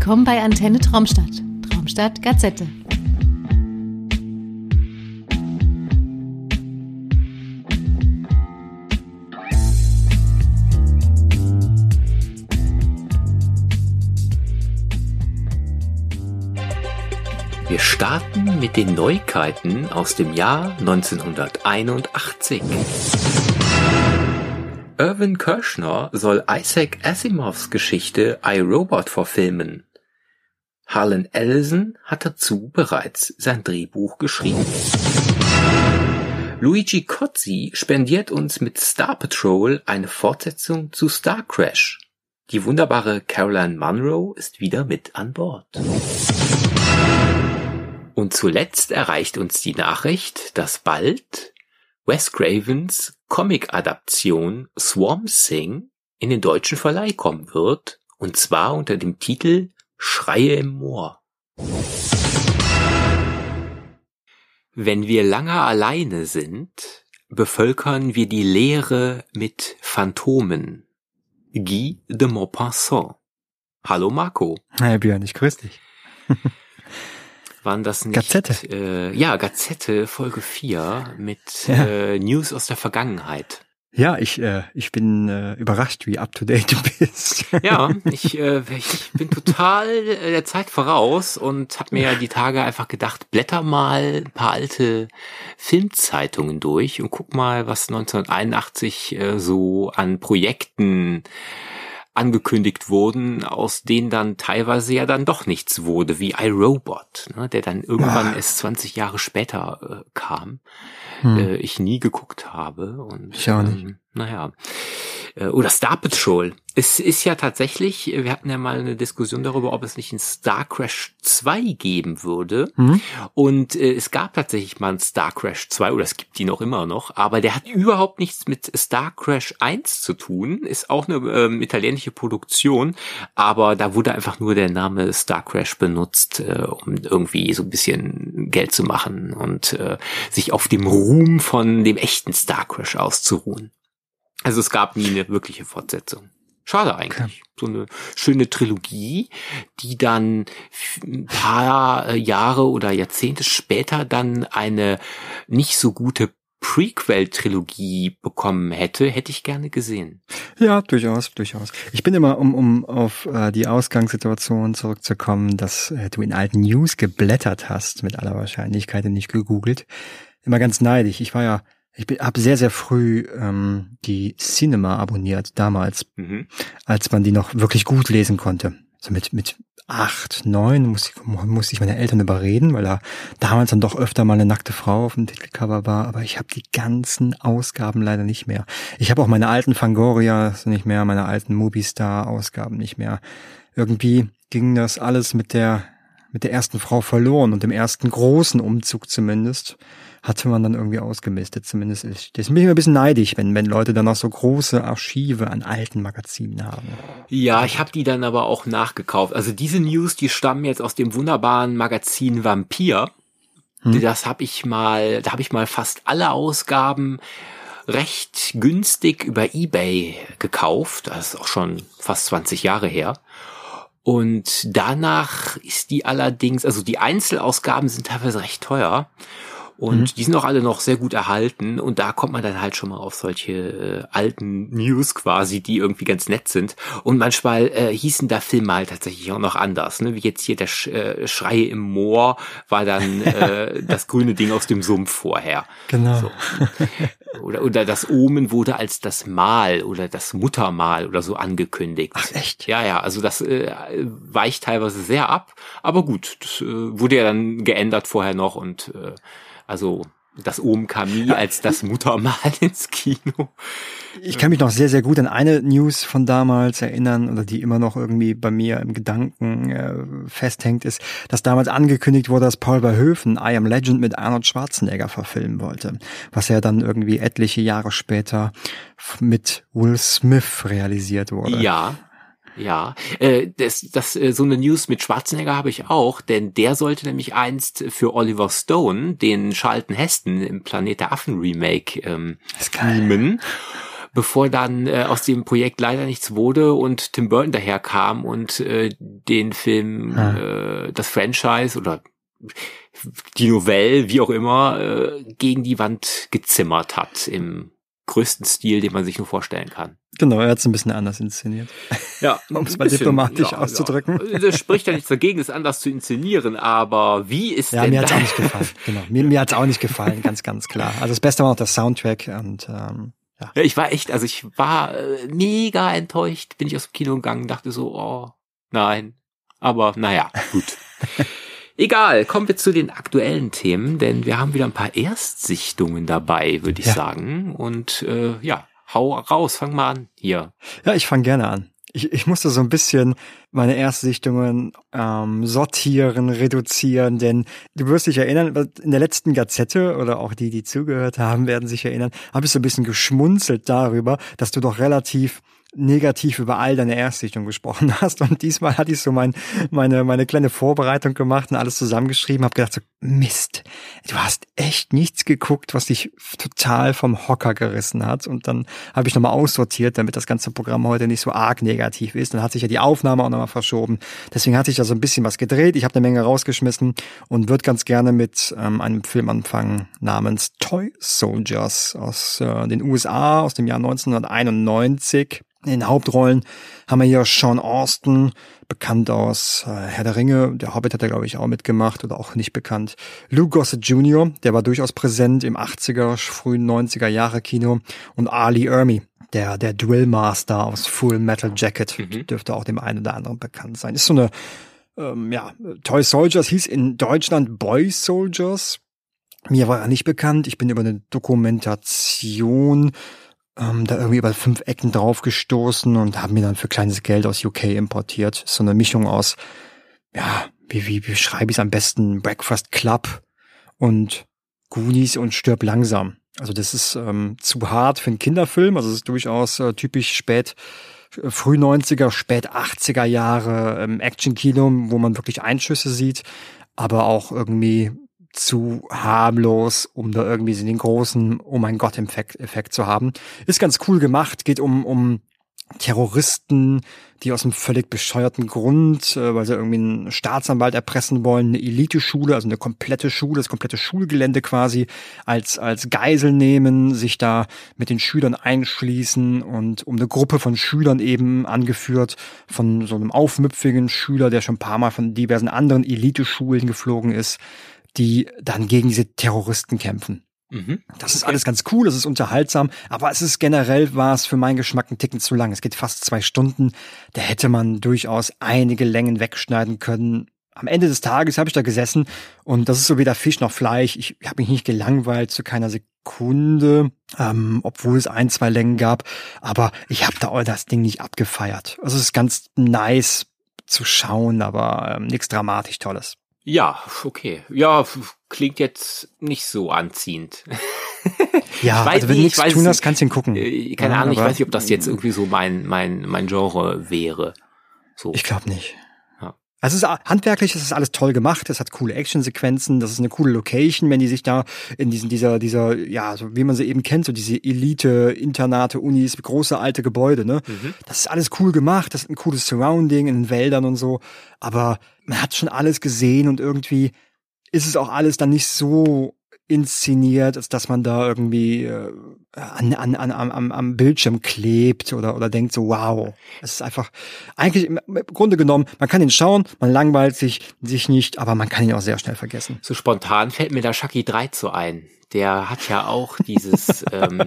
Willkommen bei Antenne Traumstadt. Traumstadt Gazette. Wir starten mit den Neuigkeiten aus dem Jahr 1981. Irvin Kershner soll Isaac Asimovs Geschichte I, Robot verfilmen. Harlan Ellison hat dazu bereits sein Drehbuch geschrieben. Luigi Cozzi spendiert uns mit Star Patrol eine Fortsetzung zu Star Crash. Die wunderbare Caroline Munro ist wieder mit an Bord. Und zuletzt erreicht uns die Nachricht, dass bald Wes Cravens Comic-Adaption Swamp Thing in den deutschen Verleih kommen wird, und zwar unter dem Titel Schreie im Moor. Wenn wir lange alleine sind, bevölkern wir die Leere mit Phantomen. Guy de Maupassant. Hallo Marco. Hi Björn, ich grüße dich. Waren das nicht? Gazette. Gazette, Folge 4 mit News aus der Vergangenheit. Ja, ich bin überrascht, wie up-to-date du bist. Ja, ich bin total der Zeit voraus und habe mir ja die Tage einfach gedacht, blätter mal ein paar alte Filmzeitungen durch und guck mal, was 1981 so an Projekten angekündigt wurden, aus denen dann teilweise ja dann doch nichts wurde, wie I, Robot, ne, der dann irgendwann erst 20 Jahre später kam. Ich nie geguckt habe. Und, ich auch nicht. Oder Star Patrol. Es ist ja tatsächlich, wir hatten ja mal eine Diskussion darüber, ob es nicht ein Star Crash 2 geben würde. Und es gab tatsächlich mal einen Star Crash 2, oder es gibt ihn auch immer noch, aber der hat überhaupt nichts mit Star Crash 1 zu tun, ist auch eine italienische Produktion, aber da wurde einfach nur der Name Star Crash benutzt, um irgendwie so ein bisschen Geld zu machen und sich auf dem Ruhm von dem echten Star Crash auszuruhen. Also es gab nie eine wirkliche Fortsetzung. Schade eigentlich. Okay. So eine schöne Trilogie, die dann ein paar Jahre oder Jahrzehnte später dann eine nicht so gute Prequel-Trilogie bekommen hätte ich gerne gesehen. Ja, durchaus. Ich bin immer, um auf die Ausgangssituation zurückzukommen, dass du in alten News geblättert hast, mit aller Wahrscheinlichkeit und nicht gegoogelt, immer ganz neidisch. Ich habe sehr, sehr früh die Cinema abonniert, damals, als man die noch wirklich gut lesen konnte. So mit 8, 9 musste ich meine Eltern überreden, weil da damals dann doch öfter mal eine nackte Frau auf dem Titelcover war, aber ich habe die ganzen Ausgaben leider nicht mehr. Ich habe auch meine alten Fangoria nicht mehr, meine alten Movistar-Ausgaben nicht mehr. Irgendwie ging das alles mit der ersten Frau verloren und dem ersten großen Umzug zumindest hatte man dann irgendwie ausgemistet, zumindest ich. Deswegen bin ich ein bisschen neidisch, wenn Leute dann noch so große Archive an alten Magazinen haben. Ja, ich habe die dann aber auch nachgekauft. Also diese News, die stammen jetzt aus dem wunderbaren Magazin Vampir. Da habe ich mal fast alle Ausgaben recht günstig über eBay gekauft. Das ist auch schon fast 20 Jahre her. Und danach ist die allerdings, also die Einzelausgaben sind teilweise recht teuer. Und die sind auch alle noch sehr gut erhalten, und da kommt man dann halt schon mal auf solche alten News quasi, die irgendwie ganz nett sind. Und manchmal hießen da Filme halt tatsächlich auch noch anders, ne? Wie jetzt hier der Schreie im Moor war dann das grüne Ding aus dem Sumpf vorher. Genau. So. Oder das Omen wurde als das Mal oder das Muttermal oder so angekündigt. Ach echt? Ja, also das weicht teilweise sehr ab, aber gut, das wurde ja dann geändert vorher noch, und also das Omen kam nie als das Muttermal ins Kino. Ich kann mich noch sehr, sehr gut an eine News von damals erinnern, oder die immer noch irgendwie bei mir im Gedanken festhängt, ist, dass damals angekündigt wurde, dass Paul Verhoeven I Am Legend mit Arnold Schwarzenegger verfilmen wollte, was ja dann irgendwie etliche Jahre später mit Will Smith realisiert wurde. Ja, so eine News mit Schwarzenegger habe ich auch, denn der sollte nämlich einst für Oliver Stone den Charlton Heston im Planet der Affen Remake mimen. bevor dann aus dem Projekt leider nichts wurde und Tim Burton daherkam und den Film, das Franchise oder die Novelle, wie auch immer, gegen die Wand gezimmert hat im größten Stil, den man sich nur vorstellen kann. Genau, er hat es ein bisschen anders inszeniert. Ja, um es mal diplomatisch auszudrücken. Ja. Das spricht ja nichts dagegen, es anders zu inszenieren, aber wie ist denn mir hat's auch nicht gefallen. Genau, mir hat's auch nicht gefallen, ganz, ganz klar. Also das Beste war auch der Soundtrack und ja, ich war mega enttäuscht, bin ich aus dem Kino gegangen, dachte so, oh, nein. Aber naja, gut. Egal, kommen wir zu den aktuellen Themen, denn wir haben wieder ein paar Erstsichtungen dabei, würde ich sagen. Und hau raus, fang mal an hier. Ja, ich fange gerne an. Ich musste so ein bisschen meine Erstsichtungen sortieren, reduzieren, denn du wirst dich erinnern, in der letzten Gazette oder auch die zugehört haben, werden sich erinnern, habe ich so ein bisschen geschmunzelt darüber, dass du doch relativ negativ über all deine Erstsichtungen gesprochen hast. Und diesmal hatte ich so meine kleine Vorbereitung gemacht und alles zusammengeschrieben, habe gedacht so, Mist, du hast echt nichts geguckt, was dich total vom Hocker gerissen hat. Und dann habe ich nochmal aussortiert, damit das ganze Programm heute nicht so arg negativ ist. Dann hat sich ja die Aufnahme auch nochmal verschoben. Deswegen hatte ich da so ein bisschen was gedreht. Ich habe eine Menge rausgeschmissen und würde ganz gerne mit einem Film anfangen namens Toy Soldiers aus den USA aus dem Jahr 1991. In den Hauptrollen haben wir hier Sean Astin, bekannt aus Herr der Ringe, der Hobbit hat er, glaube ich, auch mitgemacht oder auch nicht bekannt. Lou Gossett Jr., der war durchaus präsent im 80er, frühen 90er Jahre Kino. Und Ali Ermey, der Drillmaster aus Full Metal Jacket, dürfte auch dem einen oder anderen bekannt sein. Ist so eine, Toy Soldiers hieß in Deutschland Boy Soldiers. Mir war er nicht bekannt. Ich bin über eine Dokumentation da irgendwie über 5 Ecken drauf gestoßen und haben mir dann für kleines Geld aus UK importiert. So eine Mischung aus, ja, wie beschreibe ich es am besten? Breakfast Club und Goonies und Stirb langsam. Also das ist zu hart für einen Kinderfilm. Also es ist durchaus typisch früh 90er, spät 80er Jahre Action-Kino, wo man wirklich Einschüsse sieht, aber auch irgendwie zu harmlos, um da irgendwie den großen Oh mein Gott Effekt zu haben. Ist ganz cool gemacht, geht um Terroristen, die aus einem völlig bescheuerten Grund, weil sie irgendwie einen Staatsanwalt erpressen wollen, eine Eliteschule, also eine komplette Schule, das komplette Schulgelände quasi als Geisel nehmen, sich da mit den Schülern einschließen und um eine Gruppe von Schülern eben angeführt von so einem aufmüpfigen Schüler, der schon ein paar Mal von diversen anderen Eliteschulen geflogen ist, die dann gegen diese Terroristen kämpfen. Das ist alles ganz cool, das ist unterhaltsam, aber war es für meinen Geschmack ein Ticken zu lang. Es geht fast 2 Stunden, da hätte man durchaus einige Längen wegschneiden können. Am Ende des Tages habe ich da gesessen und das ist so weder Fisch noch Fleisch. Ich habe mich nicht gelangweilt zu keiner Sekunde, obwohl es 1, 2 Längen gab, aber ich habe da das Ding nicht abgefeiert. Also es ist ganz nice zu schauen, aber nichts dramatisch Tolles. Ja, okay. Ja, klingt jetzt nicht so anziehend. Ja, also wenn du nichts zu tun hast, kannst du ihn gucken. Keine Ahnung, ich weiß nicht, ob das jetzt irgendwie so mein Genre wäre. So. Ich glaube nicht. Ja. Also handwerklich ist es alles toll gemacht, es hat coole Actionsequenzen, das ist eine coole Location, wenn die sich da in dieser, ja, so wie man sie eben kennt, so diese Elite, Internate, Unis, große alte Gebäude, ne? Das ist alles cool gemacht, das ist ein cooles Surrounding in den Wäldern und so, aber man hat schon alles gesehen und irgendwie ist es auch alles dann nicht so inszeniert, als dass man da irgendwie am Bildschirm klebt oder denkt so, wow. Es ist einfach, eigentlich im Grunde genommen, man kann ihn schauen, man langweilt sich nicht, aber man kann ihn auch sehr schnell vergessen. So spontan fällt mir da Chucky 3 so ein. Der hat ja auch dieses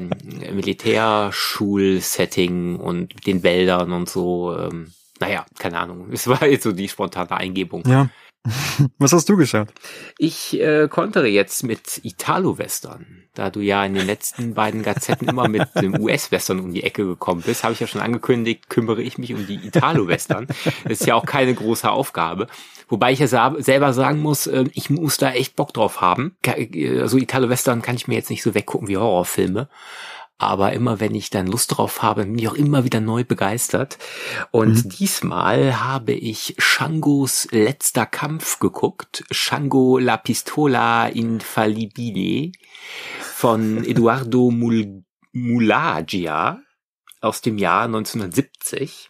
Militärschul-Setting und den Wäldern und so. Naja, keine Ahnung. Es war jetzt so die spontane Eingebung. Ja. Was hast du geschaut? Ich kontere jetzt mit Italo-Western. Da du ja in den letzten beiden Gazetten immer mit dem US-Western um die Ecke gekommen bist, habe ich ja schon angekündigt, kümmere ich mich um die Italo-Western. Das ist ja auch keine große Aufgabe. Wobei ich ja selber sagen muss, ich muss da echt Bock drauf haben. Also Italo-Western kann ich mir jetzt nicht so weggucken wie Horrorfilme. Aber immer, wenn ich dann Lust drauf habe, bin ich auch immer wieder neu begeistert. Und diesmal habe ich Shangos letzter Kampf geguckt. Shango la Pistola Infallibile von Eduardo Mulagia. aus dem Jahr 1970.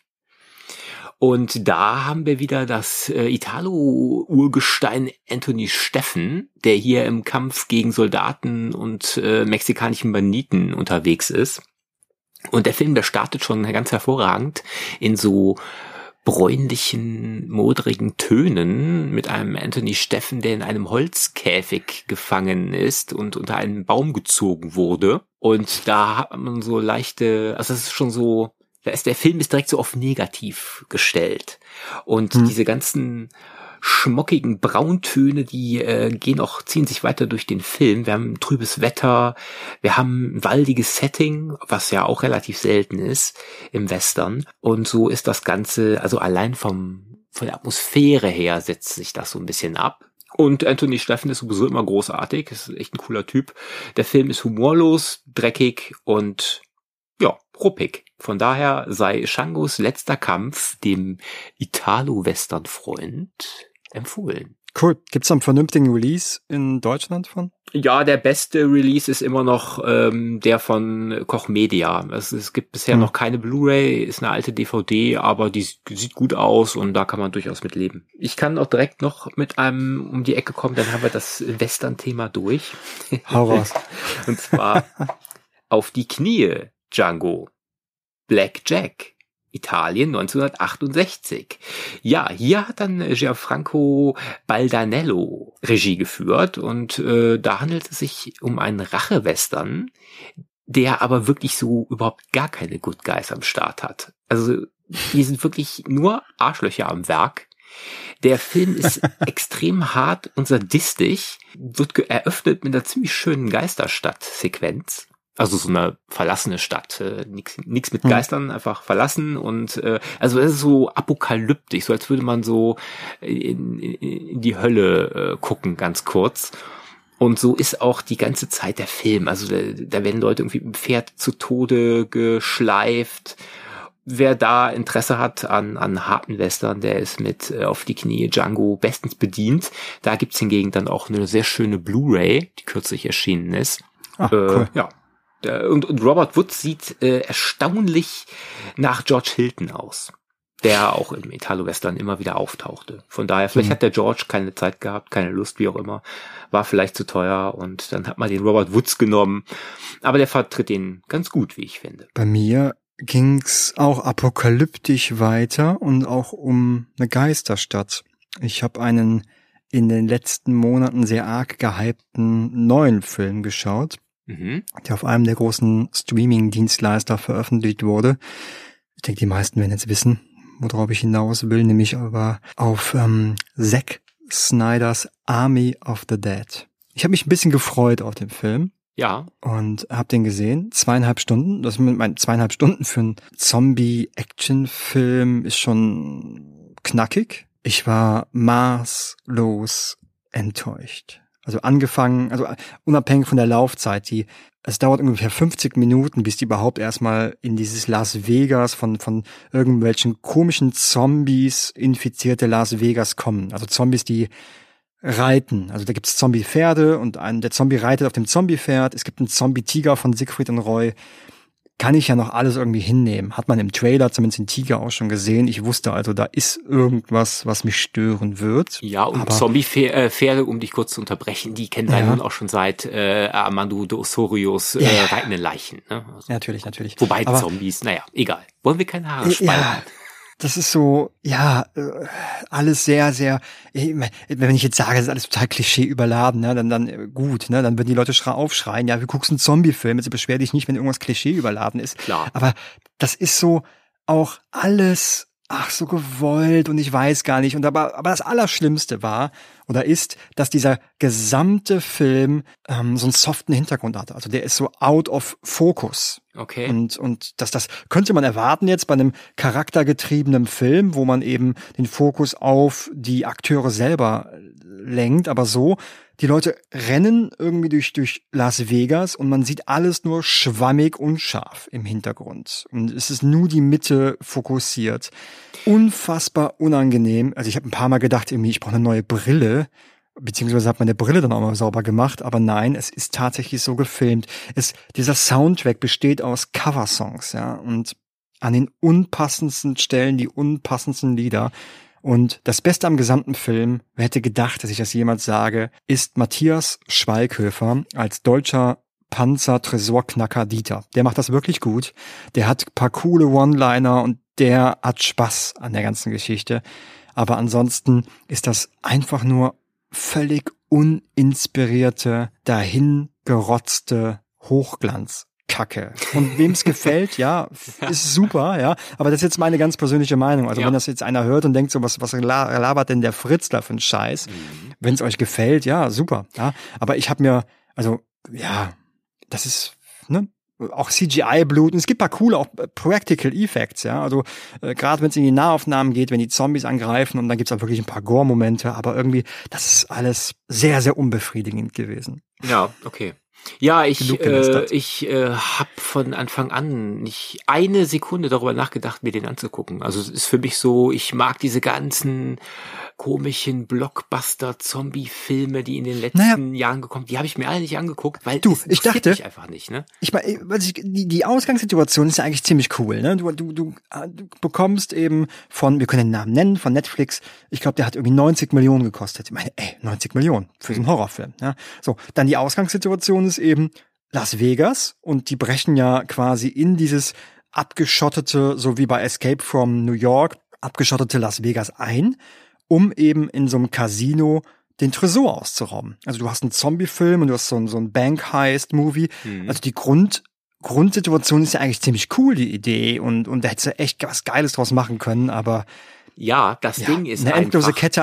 Und da haben wir wieder das Italo-Urgestein Anthony Steffen, der hier im Kampf gegen Soldaten und mexikanischen Banditen unterwegs ist. Und der Film, der startet schon ganz hervorragend in so bräunlichen, modrigen Tönen mit einem Anthony Steffen, der in einem Holzkäfig gefangen ist und unter einen Baum gezogen wurde. Und da hat man so leichte, also es ist schon so, der Film ist direkt so auf negativ gestellt. Und diese ganzen schmockigen Brauntöne, die ziehen sich weiter durch den Film. Wir haben trübes Wetter, wir haben ein waldiges Setting, was ja auch relativ selten ist im Western. Und so ist das Ganze, also allein von der Atmosphäre her setzt sich das so ein bisschen ab. Und Anthony Steffen ist sowieso immer großartig, ist echt ein cooler Typ. Der Film ist humorlos, dreckig und ja, ruppig. Von daher sei Django's letzter Kampf dem Italo-Western-Freund empfohlen. Cool. Gibt's einen vernünftigen Release in Deutschland von? Ja, der beste Release ist immer noch der von Koch Media. Es gibt bisher noch keine Blu-ray, ist eine alte DVD, aber die sieht gut aus und da kann man durchaus mit leben. Ich kann auch direkt noch mit einem um die Ecke kommen, dann haben wir das Western-Thema durch. Hau raus. Und zwar Auf die Knie, Django. Black Jack, Italien 1968. Ja, hier hat dann Gianfranco Baldanello Regie geführt und da handelt es sich um einen Rachewestern, der aber wirklich so überhaupt gar keine Good Guys am Start hat. Also die sind wirklich nur Arschlöcher am Werk. Der Film ist extrem hart und sadistisch, wird eröffnet mit einer ziemlich schönen Geisterstadt-Sequenz. Also so eine verlassene Stadt, nix mit Geistern, einfach verlassen und also es ist so apokalyptisch, so als würde man so in die Hölle gucken, ganz kurz. Und so ist auch die ganze Zeit der Film. Also da werden Leute irgendwie mit dem Pferd zu Tode geschleift. Wer da Interesse hat an harten Western, der ist mit Auf die Knie Django bestens bedient. Da gibt's hingegen dann auch eine sehr schöne Blu-ray, die kürzlich erschienen ist. Ach, cool. Ja. Und Robert Woods sieht erstaunlich nach George Hilton aus, der auch im Italo-Western immer wieder auftauchte. Von daher, vielleicht hat der George keine Zeit gehabt, keine Lust, wie auch immer, war vielleicht zu teuer und dann hat man den Robert Woods genommen. Aber der vertritt ihn ganz gut, wie ich finde. Bei mir ging's auch apokalyptisch weiter und auch um eine Geisterstadt. Ich habe einen in den letzten Monaten sehr arg gehypten neuen Film geschaut, der auf einem der großen Streaming-Dienstleister veröffentlicht wurde. Ich denke, die meisten werden jetzt wissen, worauf ich hinaus will, nämlich aber auf Zack Snyders Army of the Dead. Ich habe mich ein bisschen gefreut auf den Film. Ja. Und habe den gesehen, 2,5 Stunden. Das sind 2,5 Stunden für einen Zombie-Action-Film ist schon knackig. Ich war maßlos enttäuscht. Also angefangen, also unabhängig von der Laufzeit, es dauert ungefähr 50 Minuten, bis die überhaupt erstmal in dieses Las Vegas von irgendwelchen komischen Zombies infizierte Las Vegas kommen. Also Zombies, die reiten. Also da gibt's Zombie-Pferde und der Zombie reitet auf dem Zombie-Pferd. Es gibt einen Zombie-Tiger von Siegfried und Roy. Kann ich ja noch alles irgendwie hinnehmen. Hat man im Trailer zumindest den Tiger auch schon gesehen. Ich wusste also, da ist irgendwas, was mich stören wird. Ja, und Zombie-Pferde, um dich kurz zu unterbrechen, die kennen wir nun auch schon seit Armando de Osorios reitenden Leichen. Ne? Also, natürlich. Wobei aber Zombies, naja, egal. Wollen wir keine Haare spalten? Ja. Das ist so, alles sehr, sehr, wenn ich jetzt sage, das ist alles total Klischee überladen, ne, dann gut, ne, dann würden die Leute aufschreien, ja, wir gucken einen Zombie-Film, jetzt beschwer dich nicht, wenn irgendwas Klischee überladen ist. Klar. Aber das ist so auch alles, so gewollt und ich weiß gar nicht. Aber das Allerschlimmste war oder ist, dass dieser gesamte Film so einen soften Hintergrund hatte. Also der ist so out of focus. Okay. Und das könnte man erwarten jetzt bei einem charaktergetriebenen Film, wo man eben den Fokus auf die Akteure selber lenkt. Aber so, die Leute rennen irgendwie durch Las Vegas und man sieht alles nur schwammig unscharf im Hintergrund. Und es ist nur die Mitte fokussiert. Unfassbar unangenehm. Also ich habe ein paar Mal gedacht, irgendwie, ich brauche eine neue Brille. Beziehungsweise hat meine Brille dann auch mal sauber gemacht, aber nein, es ist tatsächlich so gefilmt. Dieser Soundtrack besteht aus Coversongs, ja, und an den unpassendsten Stellen, die unpassendsten Lieder. Und das Beste am gesamten Film, wer hätte gedacht, dass ich das jemals sage, ist Matthias Schweighöfer als deutscher Panzer-Tresorknacker Dieter. Der macht das wirklich gut. Der hat ein paar coole One-Liner und der hat Spaß an der ganzen Geschichte. Aber ansonsten ist das einfach nur völlig uninspirierte, dahingerotzte Hochglanzkacke. Und wem's gefällt, ja, ist super, ja. Aber das ist jetzt meine ganz persönliche Meinung. Also wenn das jetzt einer hört und denkt so, was labert denn der Fritz da für einen Scheiß? Wenn es euch gefällt, ja, super. Ja. Aber ich habe mir, also, ja, das ist, ne? Auch CGI-Blut. Und es gibt ein paar coole auch Practical Effects, ja. Also gerade wenn es in die Nahaufnahmen geht, wenn die Zombies angreifen und dann gibt's auch wirklich ein paar Gore-Momente, aber irgendwie, das ist alles sehr, sehr unbefriedigend gewesen. Ja, okay. Ja, ich habe von Anfang an nicht eine Sekunde darüber nachgedacht, mir den anzugucken. Also es ist für mich so, ich mag diese ganzen komischen Blockbuster-Zombie-Filme, die in den letzten Jahren gekommen, die habe ich mir alle nicht angeguckt, weil ich dachte, mich einfach nicht, ne? Ich meine, die Ausgangssituation ist ja eigentlich ziemlich cool, ne? Du bekommst eben wir können den Namen nennen, von Netflix, ich glaube, der hat irgendwie 90 Millionen gekostet. Ich meine, 90 Millionen für so einen Horrorfilm, ja? So, dann die Ausgangssituation ist eben Las Vegas und die brechen ja quasi in dieses abgeschottete, so wie bei Escape from New York, abgeschottete Las Vegas ein, um eben in so einem Casino den Tresor auszurauben. Also du hast einen Zombie-Film und du hast so ein Bank-Heist-Movie. Also die Grundsituation ist ja eigentlich ziemlich cool, die Idee, und da hättest du echt was Geiles draus machen können, aber ja, das Ding ist eine endlose Kette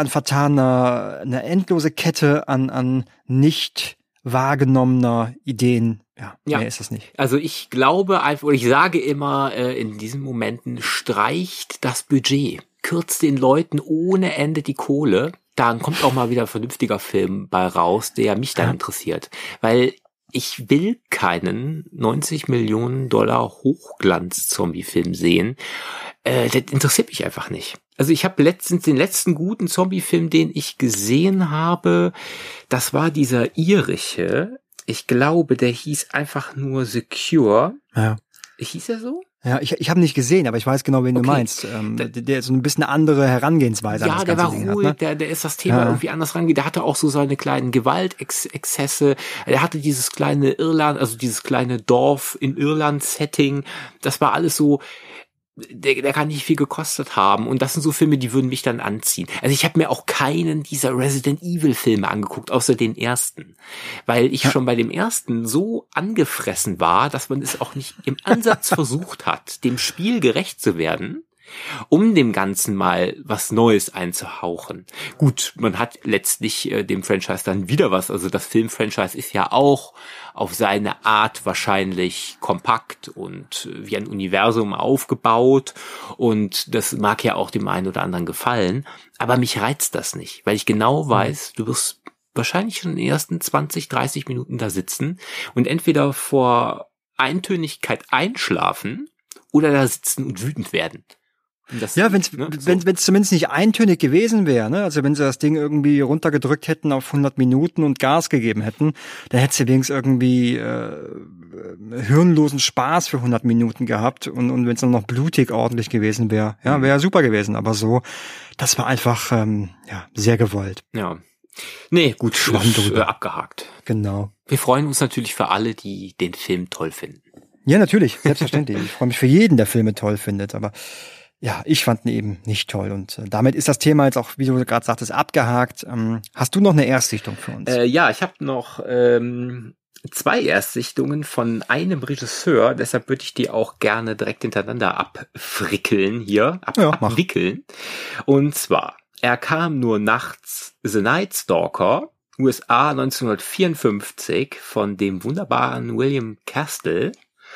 eine endlose Kette an nicht wahrgenommener Ideen. Ja, mehr ist das nicht. Also ich glaube einfach, oder ich sage immer, in diesen Momenten streicht das Budget, kürzt den Leuten ohne Ende die Kohle, dann kommt auch mal wieder ein vernünftiger Film bei raus, der mich dann interessiert. Weil ich will keinen 90 Millionen Dollar Hochglanz-Zombie-Film sehen. Das interessiert mich einfach nicht. Also ich habe letztens den letzten guten Zombie-Film, den ich gesehen habe, das war dieser irische. Ich glaube, der hieß einfach nur Secure. Ja. Hieß er so? Ja, ich habe nicht gesehen, aber ich weiß genau, wen du meinst. Der so ein bisschen eine andere Herangehensweise an das ganze Ding hat. Ja, der war ruhig, der ist das Thema irgendwie anders rangegangen. Der hatte auch so seine kleinen Gewaltexzesse. Der hatte dieses kleine Irland, also dieses kleine Dorf in Irland-Setting. Das war alles so, der kann nicht viel gekostet haben. Und das sind so Filme, die würden mich dann anziehen. Also ich habe mir auch keinen dieser Resident Evil Filme angeguckt, außer den ersten. Weil ich schon bei dem ersten so angefressen war, dass man es auch nicht im Ansatz versucht hat, dem Spiel gerecht zu werden, um dem Ganzen mal was Neues einzuhauchen. Gut, man hat letztlich dem Franchise dann wieder was. Also das Filmfranchise ist ja auch auf seine Art wahrscheinlich kompakt und wie ein Universum aufgebaut. Und das mag ja auch dem einen oder anderen gefallen. Aber mich reizt das nicht, weil ich genau weiß, du wirst wahrscheinlich schon in den ersten 20, 30 Minuten da sitzen und entweder vor Eintönigkeit einschlafen oder da sitzen und wütend werden. Wenn es zumindest nicht eintönig gewesen wäre, ne? Also wenn sie das Ding irgendwie runtergedrückt hätten auf 100 Minuten und Gas gegeben hätten, dann hättest du wenigstens irgendwie hirnlosen Spaß für 100 Minuten gehabt, und wenn es dann noch blutig ordentlich gewesen wäre, ja, wäre super gewesen. Aber so, das war einfach sehr gewollt. Ja. Nee, gut, abgehakt. Genau. Wir freuen uns natürlich für alle, die den Film toll finden. Ja, natürlich, selbstverständlich. Ich freue mich für jeden, der Filme toll findet, aber ja, ich fand ihn eben nicht toll, und damit ist das Thema jetzt auch, wie du gerade sagtest, abgehakt. Hast du noch eine Erstsichtung für uns? Ja, ich habe noch 2 Erstsichtungen von einem Regisseur, deshalb würde ich die auch gerne direkt hintereinander abfrickeln hier, abwickeln. Und zwar, er kam nur nachts, The Night Stalker, USA 1954, von dem wunderbaren William Castle.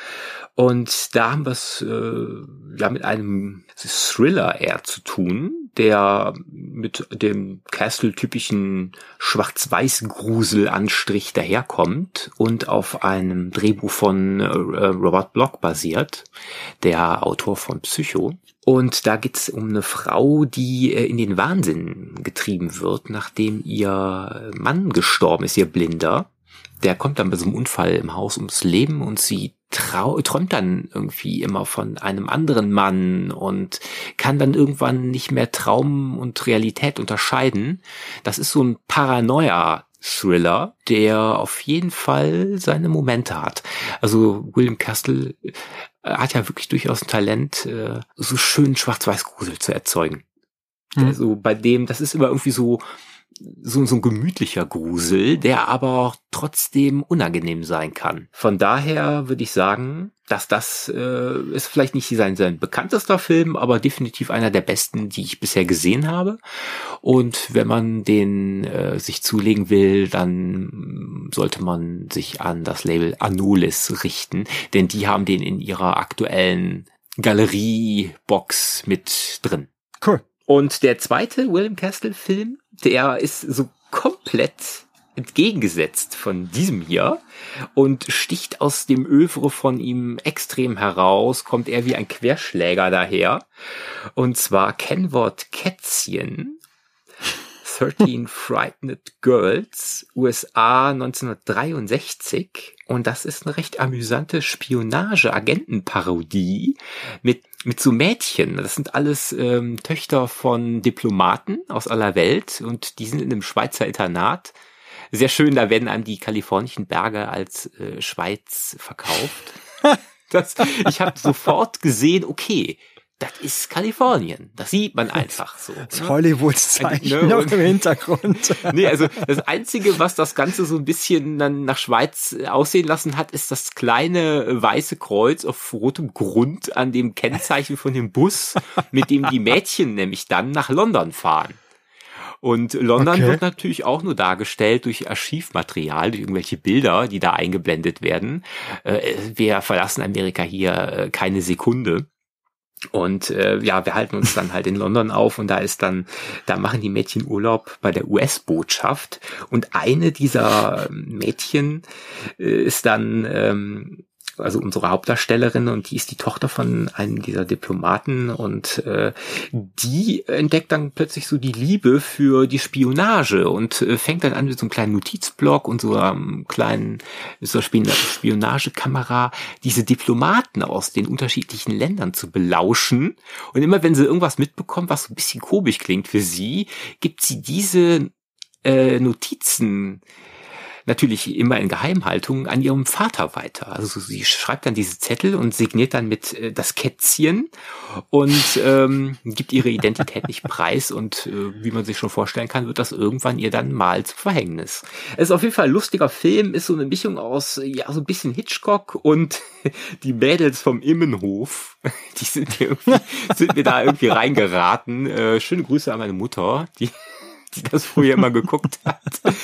Und da haben wir es mit einem Thriller eher zu tun, der mit dem Castle-typischen Schwarz-Weiß-Grusel-Anstrich daherkommt und auf einem Drehbuch von Robert Bloch basiert, der Autor von Psycho. Und da geht's um eine Frau, die in den Wahnsinn getrieben wird, nachdem ihr Mann gestorben ist, ihr Blinder. Der kommt dann bei so einem Unfall im Haus ums Leben und sie träumt dann irgendwie immer von einem anderen Mann und kann dann irgendwann nicht mehr Traum und Realität unterscheiden. Das ist so ein Paranoia-Thriller, der auf jeden Fall seine Momente hat. Also William Castle hat ja wirklich durchaus ein Talent, so schön Schwarz-Weiß-Grusel zu erzeugen. Also bei dem, das ist immer irgendwie so ein gemütlicher Grusel, der aber trotzdem unangenehm sein kann. Von daher würde ich sagen, dass das ist vielleicht nicht sein bekanntester Film, aber definitiv einer der besten, die ich bisher gesehen habe. Und wenn man den sich zulegen will, dann sollte man sich an das Label Anolis richten, denn die haben den in ihrer aktuellen Galeriebox mit drin. Cool. Und der zweite William Castle-Film, der ist so komplett entgegengesetzt von diesem hier und sticht aus dem Övre von ihm extrem heraus, kommt er wie ein Querschläger daher. Und zwar Kennwort Kätzchen, 13 Frightened Girls, USA 1963. Und das ist eine recht amüsante Spionage-Agentenparodie mit so Mädchen. Das sind alles Töchter von Diplomaten aus aller Welt und die sind in einem Schweizer Internat. Sehr schön, da werden einem die kalifornischen Berge als Schweiz verkauft. Ich habe sofort gesehen, okay, das ist Kalifornien. Das sieht man einfach so. Das Hollywoods Zeichen noch im Hintergrund. Nee, also das Einzige, was das Ganze so ein bisschen dann nach Schweiz aussehen lassen hat, ist das kleine weiße Kreuz auf rotem Grund an dem Kennzeichen von dem Bus, mit dem die Mädchen nämlich dann nach London fahren. Und London wird natürlich auch nur dargestellt durch Archivmaterial, durch irgendwelche Bilder, die da eingeblendet werden. Wir verlassen Amerika hier keine Sekunde. Und wir halten uns dann halt in London auf und da machen die Mädchen Urlaub bei der US-Botschaft und eine dieser Mädchen ist dann also unsere Hauptdarstellerin und die ist die Tochter von einem dieser Diplomaten und die entdeckt dann plötzlich so die Liebe für die Spionage und fängt dann an mit so einem kleinen Notizblock und so einem kleinen so Spionagekamera diese Diplomaten aus den unterschiedlichen Ländern zu belauschen und immer wenn sie irgendwas mitbekommt, was so ein bisschen komisch klingt für sie, gibt sie diese Notizen natürlich immer in Geheimhaltung an ihrem Vater weiter. Also sie schreibt dann diese Zettel und signiert dann mit das Kätzchen und gibt ihre Identität nicht preis und wie man sich schon vorstellen kann, wird das irgendwann ihr dann mal zum Verhängnis. Es ist auf jeden Fall ein lustiger Film, ist so eine Mischung aus so ein bisschen Hitchcock und die Mädels vom Immenhof, die sind mir da irgendwie reingeraten. Schöne Grüße an meine Mutter, die das früher immer geguckt hat.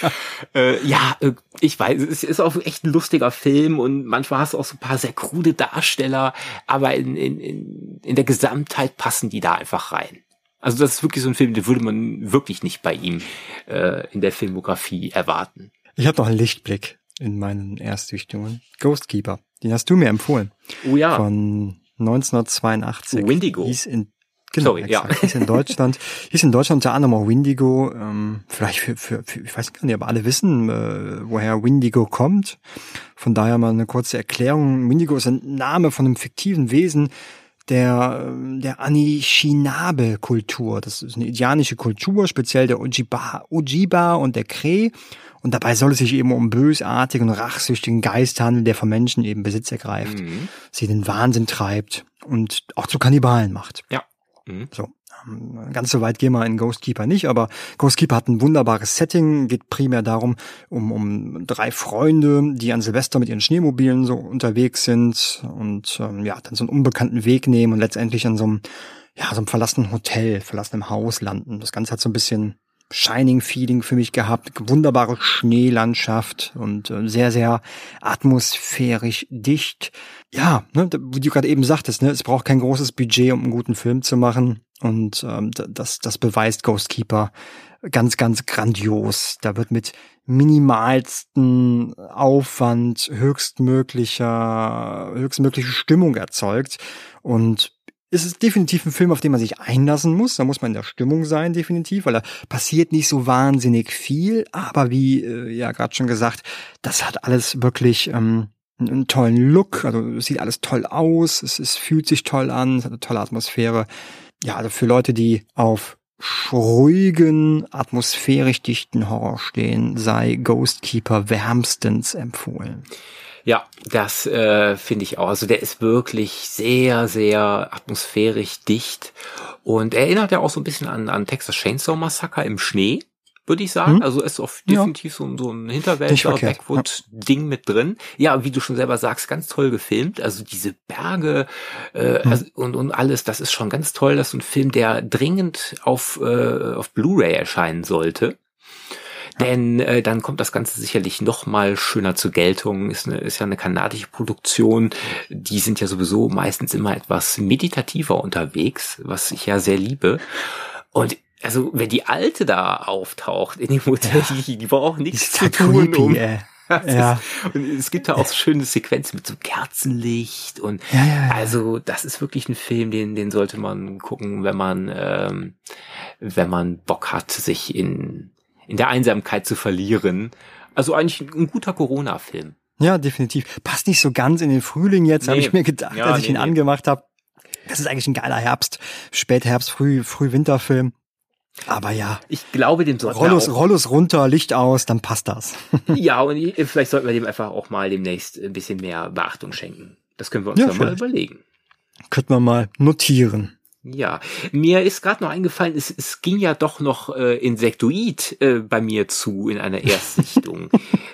Ich weiß, es ist auch echt ein lustiger Film und manchmal hast du auch so ein paar sehr krude Darsteller, aber in der Gesamtheit passen die da einfach rein. Also das ist wirklich so ein Film, den würde man wirklich nicht bei ihm in der Filmografie erwarten. Ich habe noch einen Lichtblick in meinen Erstsichtungen. Ghostkeeper, den hast du mir empfohlen. Oh ja. Von 1982. Wendigo. Hieß in Deutschland unter anderem auch Wendigo, vielleicht für ich weiß gar nicht, aber alle wissen, woher Wendigo kommt. Von daher mal eine kurze Erklärung. Wendigo ist ein Name von einem fiktiven Wesen der Anishinaabe-Kultur. Das ist eine indianische Kultur, speziell der Ojibwa und der Cree. Und dabei soll es sich eben um bösartigen und rachsüchtigen Geist handeln, der von Menschen eben Besitz ergreift, sie den Wahnsinn treibt und auch zu Kannibalen macht. Ja. So, ganz so weit gehen wir in Ghostkeeper nicht, aber Ghostkeeper hat ein wunderbares Setting, geht primär darum, um 3 Freunde, die an Silvester mit ihren Schneemobilen so unterwegs sind und dann so einen unbekannten Weg nehmen und letztendlich an so einem verlassenen Hotel, verlassenem Haus landen. Das Ganze hat so ein bisschen Shining-Feeling für mich gehabt, wunderbare Schneelandschaft und sehr, sehr atmosphärisch dicht. Ja, wie du gerade eben sagtest, es braucht kein großes Budget, um einen guten Film zu machen und das beweist Ghostkeeper ganz, ganz grandios. Da wird mit minimalsten Aufwand höchstmögliche Stimmung erzeugt und es ist definitiv ein Film, auf den man sich einlassen muss. Da muss man in der Stimmung sein, definitiv, weil da passiert nicht so wahnsinnig viel. Aber wie gerade schon gesagt, das hat alles wirklich einen tollen Look, also es sieht alles toll aus, es fühlt sich toll an, es hat eine tolle Atmosphäre. Ja, also für Leute, die auf ruhigen, atmosphärisch dichten Horror stehen, sei Ghost Keeper wärmstens empfohlen. Ja, das finde ich auch. Also der ist wirklich sehr, sehr atmosphärisch dicht und erinnert ja auch so ein bisschen an Texas Chainsaw Massacre im Schnee, würde ich sagen. Also ist auch definitiv so ein Hinterwäldler-Backwood-Ding mit drin. Ja, wie du schon selber sagst, ganz toll gefilmt. Also diese Berge also, und alles, das ist schon ganz toll. Das ist ein Film, der dringend auf Blu-ray erscheinen sollte. Denn dann kommt das Ganze sicherlich noch mal schöner zur Geltung. Ist ja eine kanadische Produktion. Die sind ja sowieso meistens immer etwas meditativer unterwegs, was ich ja sehr liebe. Und also wenn die Alte da auftaucht in dem Hotel, die braucht nichts zu tun. Creepy, Und es gibt da auch so schöne Sequenzen mit so Kerzenlicht und also das ist wirklich ein Film, den sollte man gucken, wenn man Bock hat, sich in der Einsamkeit zu verlieren. Also eigentlich ein guter Corona-Film. Ja, definitiv. Passt nicht so ganz in den Frühling jetzt, habe ich mir gedacht, als ich ihn angemacht habe. Das ist eigentlich ein geiler Spätherbst, Frühwinterfilm. Aber ja. Ich glaube, dem sollten Rollos runter, Licht aus, dann passt das. Ja, und vielleicht sollten wir dem einfach auch mal demnächst ein bisschen mehr Beachtung schenken. Das können wir uns dann mal überlegen. Könnten wir mal notieren. Ja, mir ist gerade noch eingefallen, es ging ja doch noch Insektoid bei mir zu in einer Erstsichtung.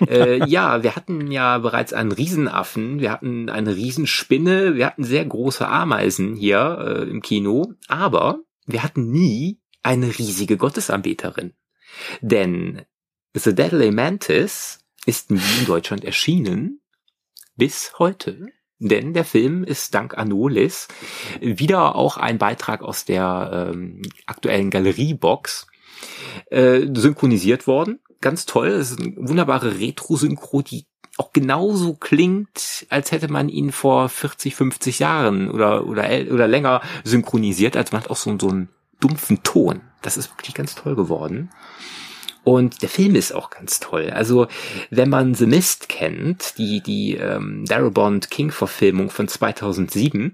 Ja, wir hatten ja bereits einen Riesenaffen, wir hatten eine Riesenspinne, wir hatten sehr große Ameisen hier im Kino, aber wir hatten nie eine riesige Gottesanbeterin. Denn The Deadly Mantis ist nie in Deutschland erschienen, bis heute. Denn der Film ist dank Anolis wieder auch ein Beitrag aus der aktuellen Galeriebox synchronisiert worden. Ganz toll, das ist eine wunderbare Retro-Synchro, die auch genauso klingt, als hätte man ihn vor 40, 50 Jahren oder länger synchronisiert. Also man hat auch so einen dumpfen Ton. Das ist wirklich ganz toll geworden. Und der Film ist auch ganz toll. Also, wenn man The Mist kennt, die Darabont King-Verfilmung von 2007,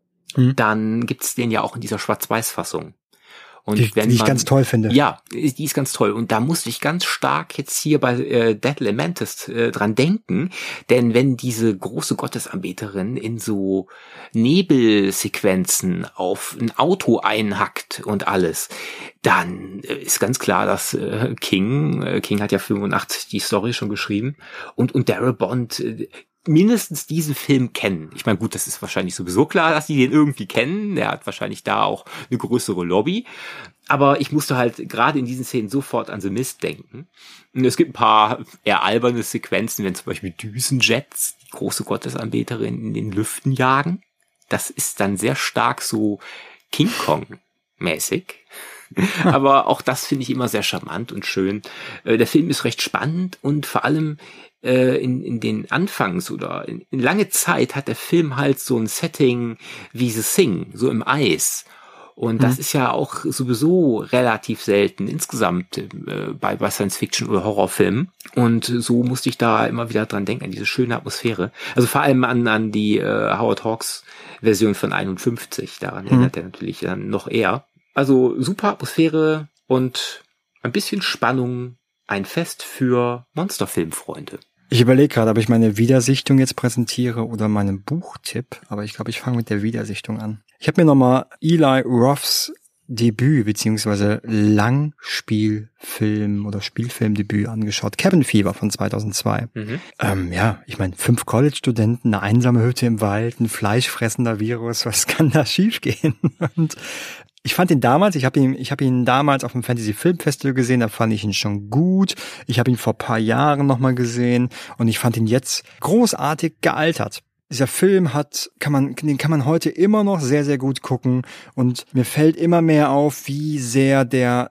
dann gibt's den ja auch in dieser Schwarz-Weiß-Fassung. Und die ich ganz toll finde. Ja, die ist ganz toll. Und da musste ich ganz stark jetzt hier bei Deadly Mantis dran denken. Denn wenn diese große Gottesanbeterin in so Nebelsequenzen auf ein Auto einhackt und alles, dann ist ganz klar, dass King hat ja 85 die Story schon geschrieben und Darabont mindestens diesen Film kennen. Ich meine, gut, das ist wahrscheinlich sowieso klar, dass die den irgendwie kennen. Der hat wahrscheinlich da auch eine größere Lobby. Aber ich musste halt gerade in diesen Szenen sofort an The Mist denken. Und es gibt ein paar eher alberne Sequenzen, wenn zum Beispiel Düsenjets, die große Gottesanbeterin, in den Lüften jagen. Das ist dann sehr stark so King Kong-mäßig. Aber auch das finde ich immer sehr charmant und schön. Der Film ist recht spannend und vor allem in den Anfangs oder in lange Zeit hat der Film halt so ein Setting wie The Thing, so im Eis. Und das ist ja auch sowieso relativ selten insgesamt bei Science-Fiction oder Horrorfilmen. Und so musste ich da immer wieder dran denken, an diese schöne Atmosphäre. Also vor allem an die Howard Hawks Version von 51. Daran erinnert er natürlich dann noch eher. Also super Atmosphäre und ein bisschen Spannung. Ein Fest für Monsterfilmfreunde. Ich überlege gerade, ob ich meine Wiedersichtung jetzt präsentiere oder meinen Buchtipp, aber ich glaube, ich fange mit der Wiedersichtung an. Ich habe mir nochmal Eli Roths Debüt beziehungsweise Langspielfilm oder Spielfilmdebüt angeschaut. Cabin Fever von 2002. Ja, ich meine, 5 College-Studenten, eine einsame Hütte im Wald, ein fleischfressender Virus, was kann da schiefgehen? Und ich fand ihn damals, ich habe ihn damals auf dem Fantasy Film Festival gesehen, da fand ich ihn schon gut. Ich habe ihn vor ein paar Jahren nochmal gesehen und ich fand ihn jetzt großartig gealtert. Dieser Film den kann man heute immer noch sehr, sehr gut gucken und mir fällt immer mehr auf, wie sehr der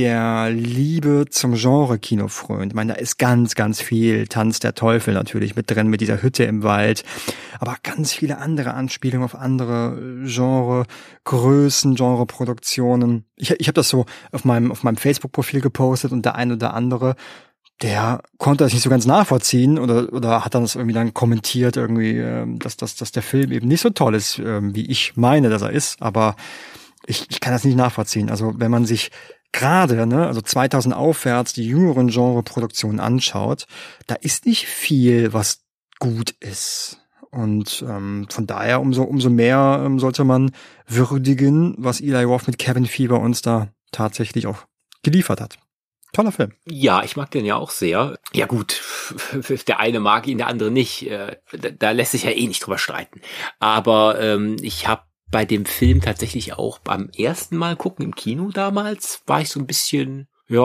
Liebe zum Genre-Kino frönt. Ich meine, da ist ganz, ganz viel Tanz der Teufel natürlich mit drin, mit dieser Hütte im Wald, aber ganz viele andere Anspielungen auf andere Genregrößen, Genreproduktionen. Ich habe das so auf meinem Facebook-Profil gepostet und der ein oder andere der konnte das nicht so ganz nachvollziehen oder hat dann das irgendwie dann kommentiert irgendwie, dass der Film eben nicht so toll ist, wie ich meine, dass er ist, aber ich kann das nicht nachvollziehen. Also wenn man sich gerade, ne, also 2000 aufwärts die jüngeren Genreproduktionen anschaut, da ist nicht viel, was gut ist. Und von daher umso mehr sollte man würdigen, was Eli Roth mit Cabin Fever uns da tatsächlich auch geliefert hat. Toller Film. Ja, ich mag den ja auch sehr. Ja gut, der eine mag ihn, der andere nicht. Da lässt sich ja eh nicht drüber streiten. Aber ich habe bei dem Film tatsächlich auch beim ersten Mal gucken im Kino damals, war ich so ein bisschen,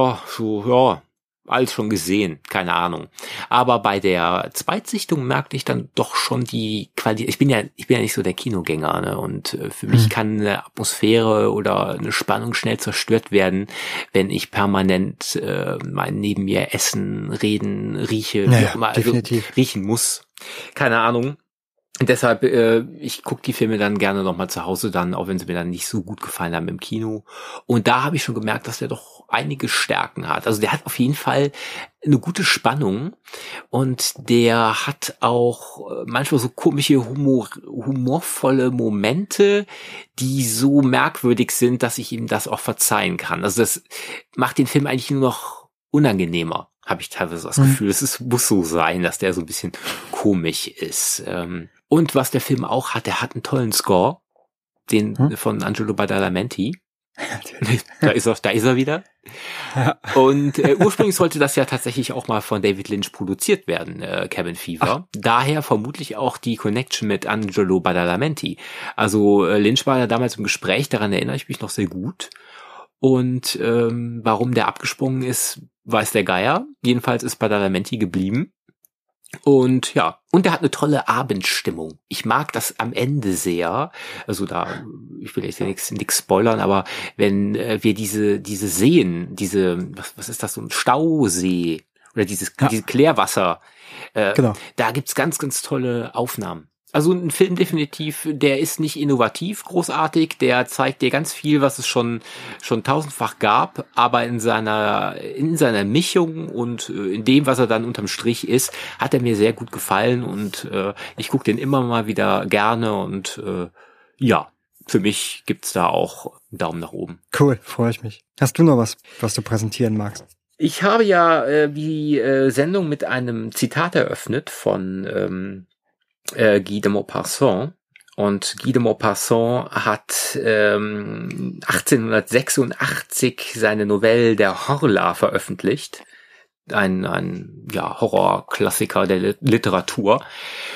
alles schon gesehen, keine Ahnung. Aber bei der Zweitsichtung merkte ich dann doch schon die Qualität. Ich bin ja nicht so der Kinogänger, ne? Und für mich kann eine Atmosphäre oder eine Spannung schnell zerstört werden, wenn ich permanent neben mir essen, reden, rieche, wie auch immer, definitiv. riechen muss. Keine Ahnung. Und deshalb, ich gucke die Filme dann gerne nochmal zu Hause dann, auch wenn sie mir dann nicht so gut gefallen haben im Kino. Und da habe ich schon gemerkt, dass der doch einige Stärken hat. Also der hat auf jeden Fall eine gute Spannung und der hat auch manchmal so komische, humorvolle Momente, die so merkwürdig sind, dass ich ihm das auch verzeihen kann. Also das macht den Film eigentlich nur noch unangenehmer, habe ich teilweise das Gefühl. Muss so sein, dass der so ein bisschen komisch ist. Und was der Film auch hat, der hat einen tollen Score, den von Angelo Badalamenti. Da ist er wieder. Ja. Und ursprünglich sollte das ja tatsächlich auch mal von David Lynch produziert werden, Cabin Fever. Daher vermutlich auch die Connection mit Angelo Badalamenti. Also Lynch war ja damals im Gespräch, daran erinnere ich mich noch sehr gut. Und warum der abgesprungen ist, weiß der Geier. Jedenfalls ist Badalamenti geblieben. Und ja, und er hat eine tolle Abendstimmung. Ich mag das am Ende sehr. Also ich will jetzt nichts spoilern, aber wenn wir diese Seen, was ist das, so ein Stausee oder diese Klärwasser, genau. Da gibt's ganz, ganz tolle Aufnahmen. Also ein Film definitiv, der ist nicht innovativ großartig, der zeigt dir ganz viel, was es schon tausendfach gab, aber in seiner Mischung und in dem, was er dann unterm Strich ist, hat er mir sehr gut gefallen und ich gucke den immer mal wieder gerne und für mich gibt's da auch einen Daumen nach oben. Cool, freue ich mich. Hast du noch was du präsentieren magst? Ich habe ja die Sendung mit einem Zitat eröffnet von Guy de Maupassant. Und Guy de Maupassant hat 1886 seine Novelle Der Horla veröffentlicht. Ein Horrorklassiker der Literatur.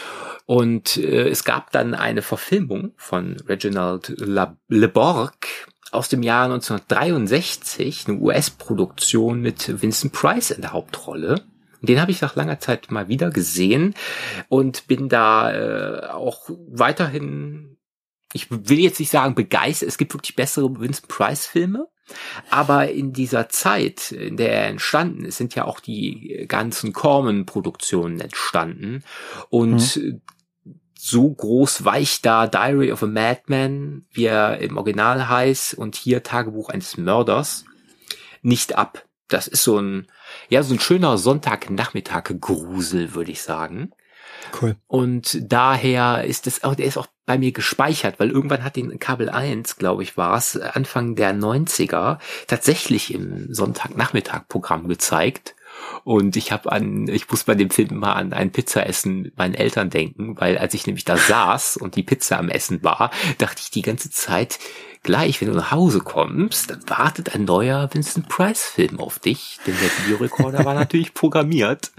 Und es gab dann eine Verfilmung von Reginald Le Borg aus dem Jahr 1963, eine US-Produktion mit Vincent Price in der Hauptrolle. Den habe ich nach langer Zeit mal wieder gesehen und bin da auch weiterhin, ich will jetzt nicht sagen begeistert, es gibt wirklich bessere Vincent Price-Filme, aber in dieser Zeit, in der er entstanden ist, sind ja auch die ganzen Corman-Produktionen entstanden und so groß weicht da Diary of a Madman, wie er im Original heißt, und hier Tagebuch eines Mörders, nicht ab. Das ist so ein schöner Sonntagnachmittag-Grusel, würde ich sagen. Cool. Und daher der ist auch bei mir gespeichert, weil irgendwann hat den Kabel 1, glaube ich, war es, Anfang der 90er, tatsächlich im Sonntagnachmittag-Programm gezeigt. Und ich muss bei dem Film immer an ein Pizzaessen mit meinen Eltern denken, weil als ich nämlich da saß und die Pizza am Essen war, dachte ich die ganze Zeit, gleich, wenn du nach Hause kommst, dann wartet ein neuer Vincent Price Film auf dich, denn der Videorekorder war natürlich programmiert.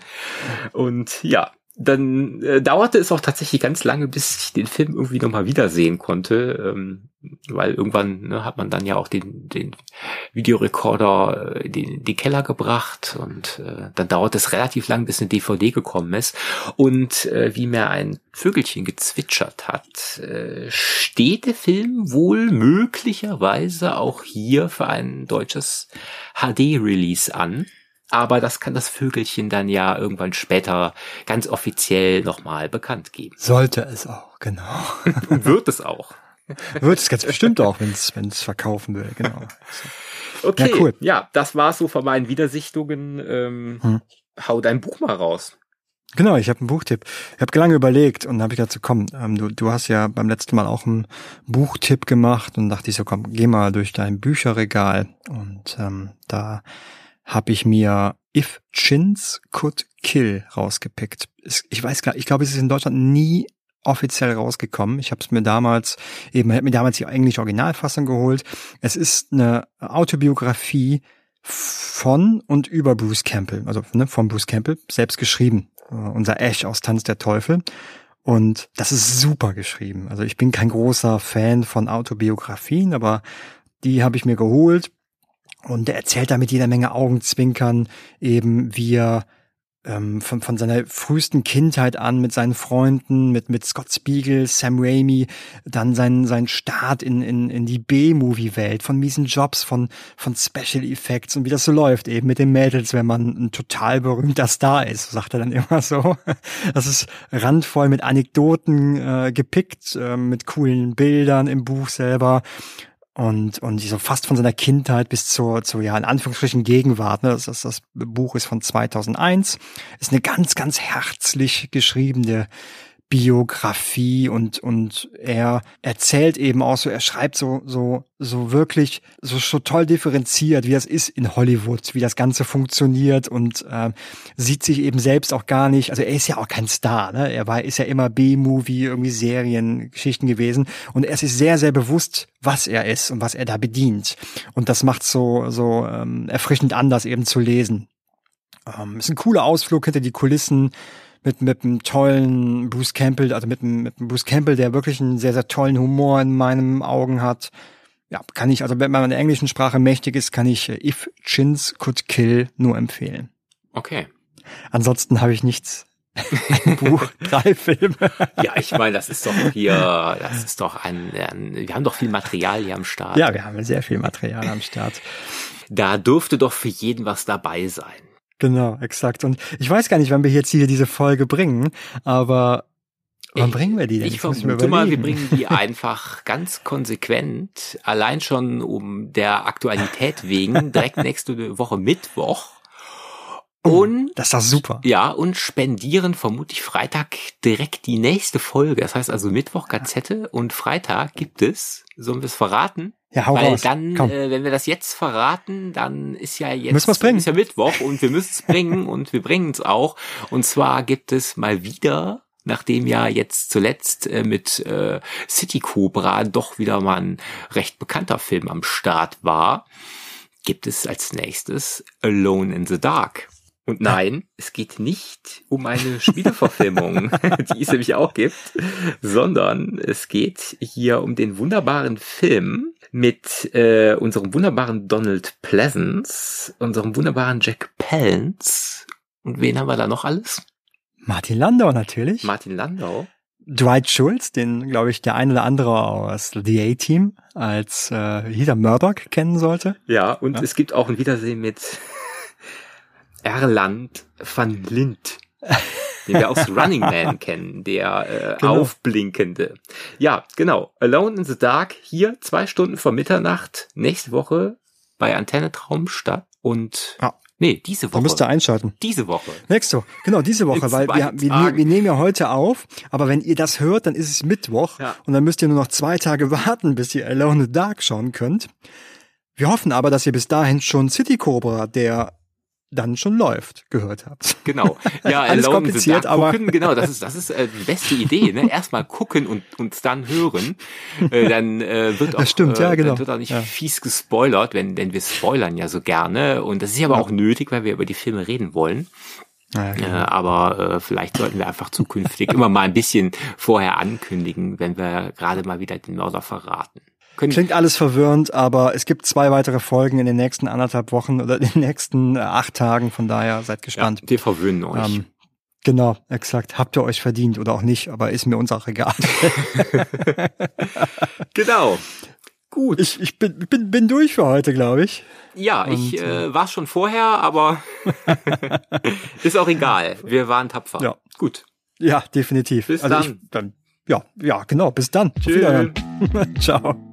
Und ja, dann dauerte es auch tatsächlich ganz lange, bis ich den Film irgendwie nochmal wiedersehen konnte, weil irgendwann hat man dann ja auch den Videorekorder in den Keller gebracht und dann dauert es relativ lang, bis eine DVD gekommen ist. Und wie mir ein Vögelchen gezwitschert hat, steht der Film wohl möglicherweise auch hier für ein deutsches HD-Release an. Aber das kann das Vögelchen dann ja irgendwann später ganz offiziell nochmal bekannt geben. Sollte es auch, genau. Und wird es auch. Wird es ganz bestimmt auch, wenn es verkaufen will, genau. Okay, ja, cool. Ja, das war's so von meinen Wiedersichtungen. hau dein Buch mal raus. Genau, ich habe einen Buchtipp. Ich habe lange überlegt und habe ich gedacht, so komm, du hast ja beim letzten Mal auch einen Buchtipp gemacht und dachte ich so, komm, geh mal durch dein Bücherregal und da habe ich mir If Chins Could Kill rausgepickt. Ich glaube, es ist in Deutschland nie offiziell rausgekommen. Ich habe es mir damals die englische Originalfassung geholt. Es ist eine Autobiografie von und über Bruce Campbell, also von Bruce Campbell, selbst geschrieben. Unser Ash aus Tanz der Teufel. Und das ist super geschrieben. Also ich bin kein großer Fan von Autobiografien, aber die habe ich mir geholt. Und der erzählt da mit jeder Menge Augenzwinkern eben, wie er von seiner frühesten Kindheit an mit seinen Freunden, mit Scott Spiegel, Sam Raimi, dann sein Start in die B-Movie-Welt, von miesen Jobs, von Special Effects und wie das so läuft eben mit den Mädels, wenn man ein total berühmter Star ist, sagt er dann immer so. Das ist randvoll mit Anekdoten gepickt, mit coolen Bildern im Buch selber. Und so fast von seiner Kindheit bis zur ja, in Anführungsstrichen Gegenwart. Ne? Das Buch ist von 2001. Ist eine ganz, ganz herzlich geschriebene Biografie und er erzählt eben auch so, er schreibt so wirklich so toll differenziert, wie das ist in Hollywood, wie das Ganze funktioniert und sieht sich eben selbst auch gar nicht, also er ist ja auch kein Star, ne? Ist ja immer B-Movie, irgendwie Seriengeschichten gewesen und er ist sich sehr, sehr bewusst, was er ist und was er da bedient. Und das macht so erfrischend anders eben zu lesen. Ist ein cooler Ausflug hinter die Kulissen, mit einem tollen Bruce Campbell, also mit einem Bruce Campbell, der wirklich einen sehr, sehr tollen Humor in meinen Augen hat. Ja, kann ich, also wenn man in der englischen Sprache mächtig ist, kann ich If Chins Could Kill nur empfehlen. Okay. Ansonsten habe ich nichts. Ein Buch, 3 Filme. Ja, ich meine, wir haben doch viel Material hier am Start. Ja, wir haben sehr viel Material am Start. Da dürfte doch für jeden was dabei sein. Genau, exakt. Und ich weiß gar nicht, wann wir jetzt hier diese Folge bringen, aber wann bringen wir die denn? Ich vermute mal, wir bringen die einfach ganz konsequent, allein schon um der Aktualität wegen, direkt nächste Woche Mittwoch. Und das ist doch super. Ja, und spendieren vermutlich Freitag direkt die nächste Folge. Das heißt also Mittwoch Gazette und Freitag gibt es, sollen wir es verraten? Ja, hau raus. Weil dann, wenn wir das jetzt verraten, dann ist ja jetzt müssen wir's bringen. Ist ja Mittwoch und wir müssen es bringen und wir bringen es auch. Und zwar gibt es mal wieder, nachdem ja jetzt zuletzt mit City Cobra doch wieder mal ein recht bekannter Film am Start war, gibt es als nächstes Alone in the Dark. Und nein, es geht nicht um eine Spieleverfilmung, die es nämlich auch gibt, sondern es geht hier um den wunderbaren Film mit unserem wunderbaren Donald Pleasence, unserem wunderbaren Jack Palance. Und wen haben wir da noch alles? Martin Landau natürlich. Martin Landau. Dwight Schultz, den, glaube ich, der ein oder andere aus The A-Team als Heather Murdoch kennen sollte. Ja, und ja. Es gibt auch ein Wiedersehen mit Erland van Lint, den wir aus Running Man kennen, der genau. Aufblinkende. Ja, genau. Alone in the Dark, hier 2 Stunden vor Mitternacht, nächste Woche bei Antenne Traumstadt und diese Woche. Da müsst ihr einschalten. Diese Woche. Nächste, genau, diese Woche, weil wir nehmen ja heute auf, aber wenn ihr das hört, dann ist es Mittwoch und dann müsst ihr nur noch 2 Tage warten, bis ihr Alone in the Dark schauen könnt. Wir hoffen aber, dass ihr bis dahin schon City Cobra, der dann schon läuft, gehört habt. Genau. Ja, alles Alone kompliziert, aber gucken, genau, das ist die beste Idee, ne? Erstmal gucken und dann hören. Dann wird auch das stimmt, ja, genau. Dann wird auch nicht fies gespoilert, denn wir spoilern ja so gerne und das ist ja aber auch nötig, weil wir über die Filme reden wollen. Ja, genau. Aber vielleicht sollten wir einfach zukünftig immer mal ein bisschen vorher ankündigen, wenn wir gerade mal wieder den Mörder verraten. Klingt alles verwirrend, aber es gibt 2 weitere Folgen in den nächsten 1,5 Wochen oder in den nächsten 8 Tagen, von daher seid gespannt. Ja, wir verwöhnen euch. Genau, exakt. Habt ihr euch verdient oder auch nicht, aber ist mir uns auch egal. Genau. Gut. Ich bin durch für heute, glaube ich. Ja, ich war schon vorher, aber ist auch egal. Wir waren tapfer. Ja. Gut. Ja, definitiv. Bis dann. Ja, genau. Bis dann. Tschüss. Ciao.